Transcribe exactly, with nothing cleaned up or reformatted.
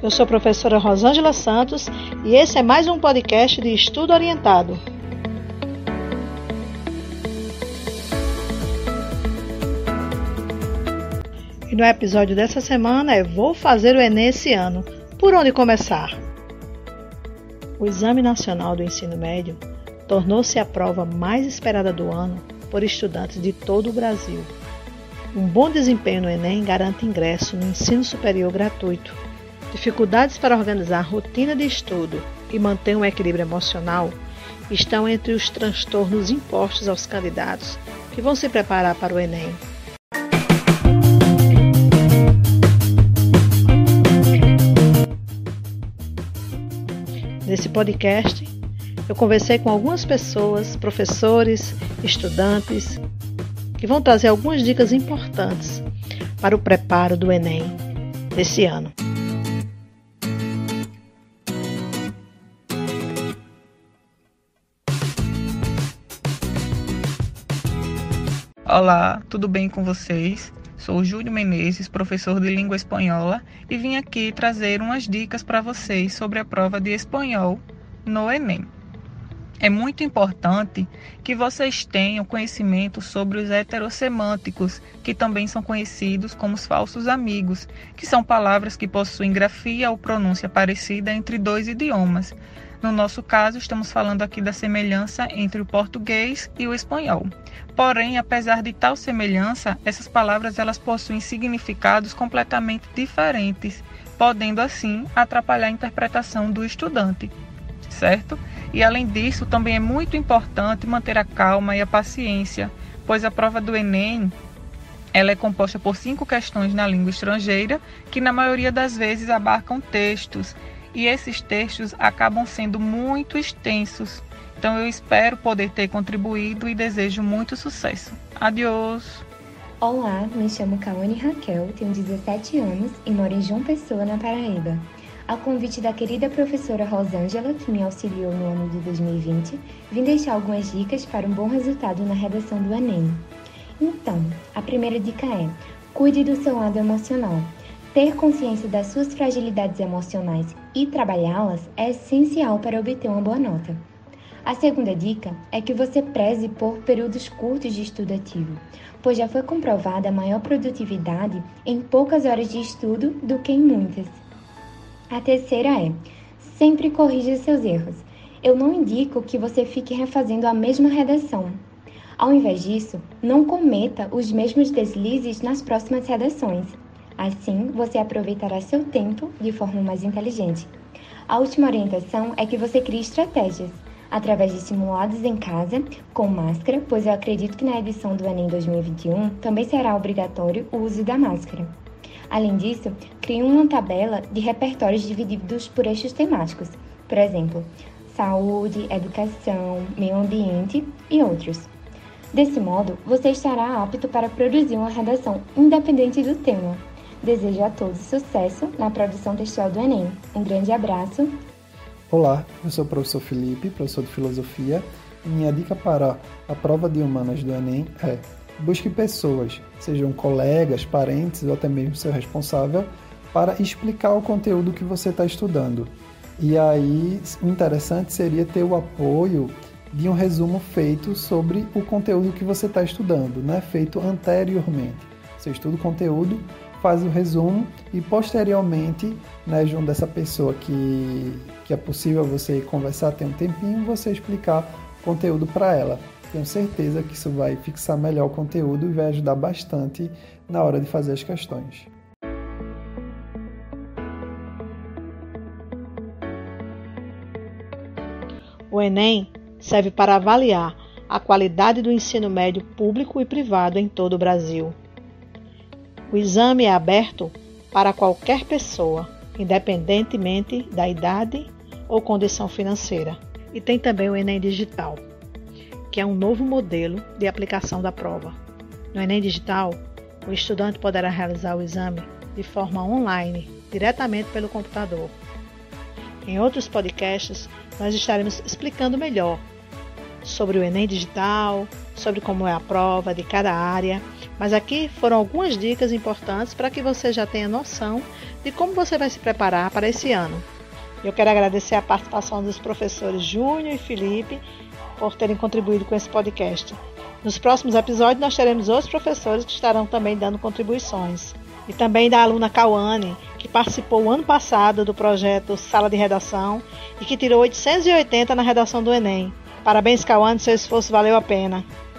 Eu sou a professora Rosângela Santos e esse é mais um podcast de Estudo Orientado. E no episódio dessa semana é Vou fazer o Enem esse ano. Por onde começar? O Exame Nacional do Ensino Médio tornou-se a prova mais esperada do ano por estudantes de todo o Brasil. Um bom desempenho no Enem garante ingresso no ensino superior gratuito. Dificuldades para organizar a rotina de estudo e manter um equilíbrio emocional estão entre os transtornos impostos aos candidatos que vão se preparar para o Enem. Nesse podcast, eu conversei com algumas pessoas, professores, estudantes, que vão trazer algumas dicas importantes para o preparo do Enem desse ano. Olá, tudo bem com vocês? Sou o Júlio Menezes, professor de língua espanhola, e vim aqui trazer umas dicas para vocês sobre a prova de espanhol no Enem. É muito importante que vocês tenham conhecimento sobre os heterossemânticos, que também são conhecidos como os falsos amigos, que são palavras que possuem grafia ou pronúncia parecida entre dois idiomas. No nosso caso, estamos falando aqui da semelhança entre o português e o espanhol. Porém, apesar de tal semelhança, essas palavras elas possuem significados completamente diferentes, podendo assim atrapalhar a interpretação do estudante, certo? E além disso, também é muito importante manter a calma e a paciência, pois a prova do Enem ela é composta por cinco questões na língua estrangeira, que na maioria das vezes abarcam textos, e esses textos acabam sendo muito extensos. Então eu espero poder ter contribuído e desejo muito sucesso. Adiós! Olá, me chamo Kawane Raquel, tenho dezessete anos e moro em João Pessoa, na Paraíba. A convite da querida professora Rosângela, que me auxiliou no ano de dois mil e vinte, vim deixar algumas dicas para um bom resultado na redação do Enem. Então, a primeira dica é: cuide do seu lado emocional. Ter consciência das suas fragilidades emocionais e trabalhá-las é essencial para obter uma boa nota. A segunda dica é que você preze por períodos curtos de estudo ativo, pois já foi comprovada a maior produtividade em poucas horas de estudo do que em muitas. A terceira é: sempre corrija seus erros. Eu não indico que você fique refazendo a mesma redação. Ao invés disso, não cometa os mesmos deslizes nas próximas redações. Assim, você aproveitará seu tempo de forma mais inteligente. A última orientação é que você crie estratégias, através de simulados em casa, com máscara, pois eu acredito que na edição do Enem dois mil e vinte e um também será obrigatório o uso da máscara. Além disso, crie uma tabela de repertórios divididos por eixos temáticos, por exemplo, saúde, educação, meio ambiente e outros. Desse modo, você estará apto para produzir uma redação independente do tema. Desejo a todos sucesso na produção textual do Enem. Um grande abraço. Olá, eu sou o professor Felipe, professor de Filosofia. Minha dica para a prova de Humanas do Enem é: busque pessoas, sejam colegas, parentes ou até mesmo seu responsável, para explicar o conteúdo que você está estudando. E aí, o interessante seria ter o apoio de um resumo feito sobre o conteúdo que você está estudando, né? Feito anteriormente. Você estuda o conteúdo, faz o resumo e posteriormente, né, junto dessa pessoa que, que é possível você conversar, ter um tempinho, você explicar o conteúdo para ela. Tenho certeza que isso vai fixar melhor o conteúdo e vai ajudar bastante na hora de fazer as questões. O Enem serve para avaliar a qualidade do ensino médio público e privado em todo o Brasil. O exame é aberto para qualquer pessoa, independentemente da idade ou condição financeira. E tem também o Enem Digital, que é um novo modelo de aplicação da prova. No Enem Digital, o estudante poderá realizar o exame de forma online, diretamente pelo computador. Em outros podcasts, nós estaremos explicando melhor sobre o Enem Digital, sobre como é a prova de cada área, mas aqui foram algumas dicas importantes para que você já tenha noção de como você vai se preparar para esse ano. Eu quero agradecer a participação dos professores Júnior e Felipe por terem contribuído com esse podcast. Nos próximos episódios nós teremos outros professores que estarão também dando contribuições. E também da aluna Cauane, que participou o ano passado do projeto Sala de Redação e que tirou oitocentos e oitenta na redação do Enem. Parabéns, Cauane, seu esforço valeu a pena.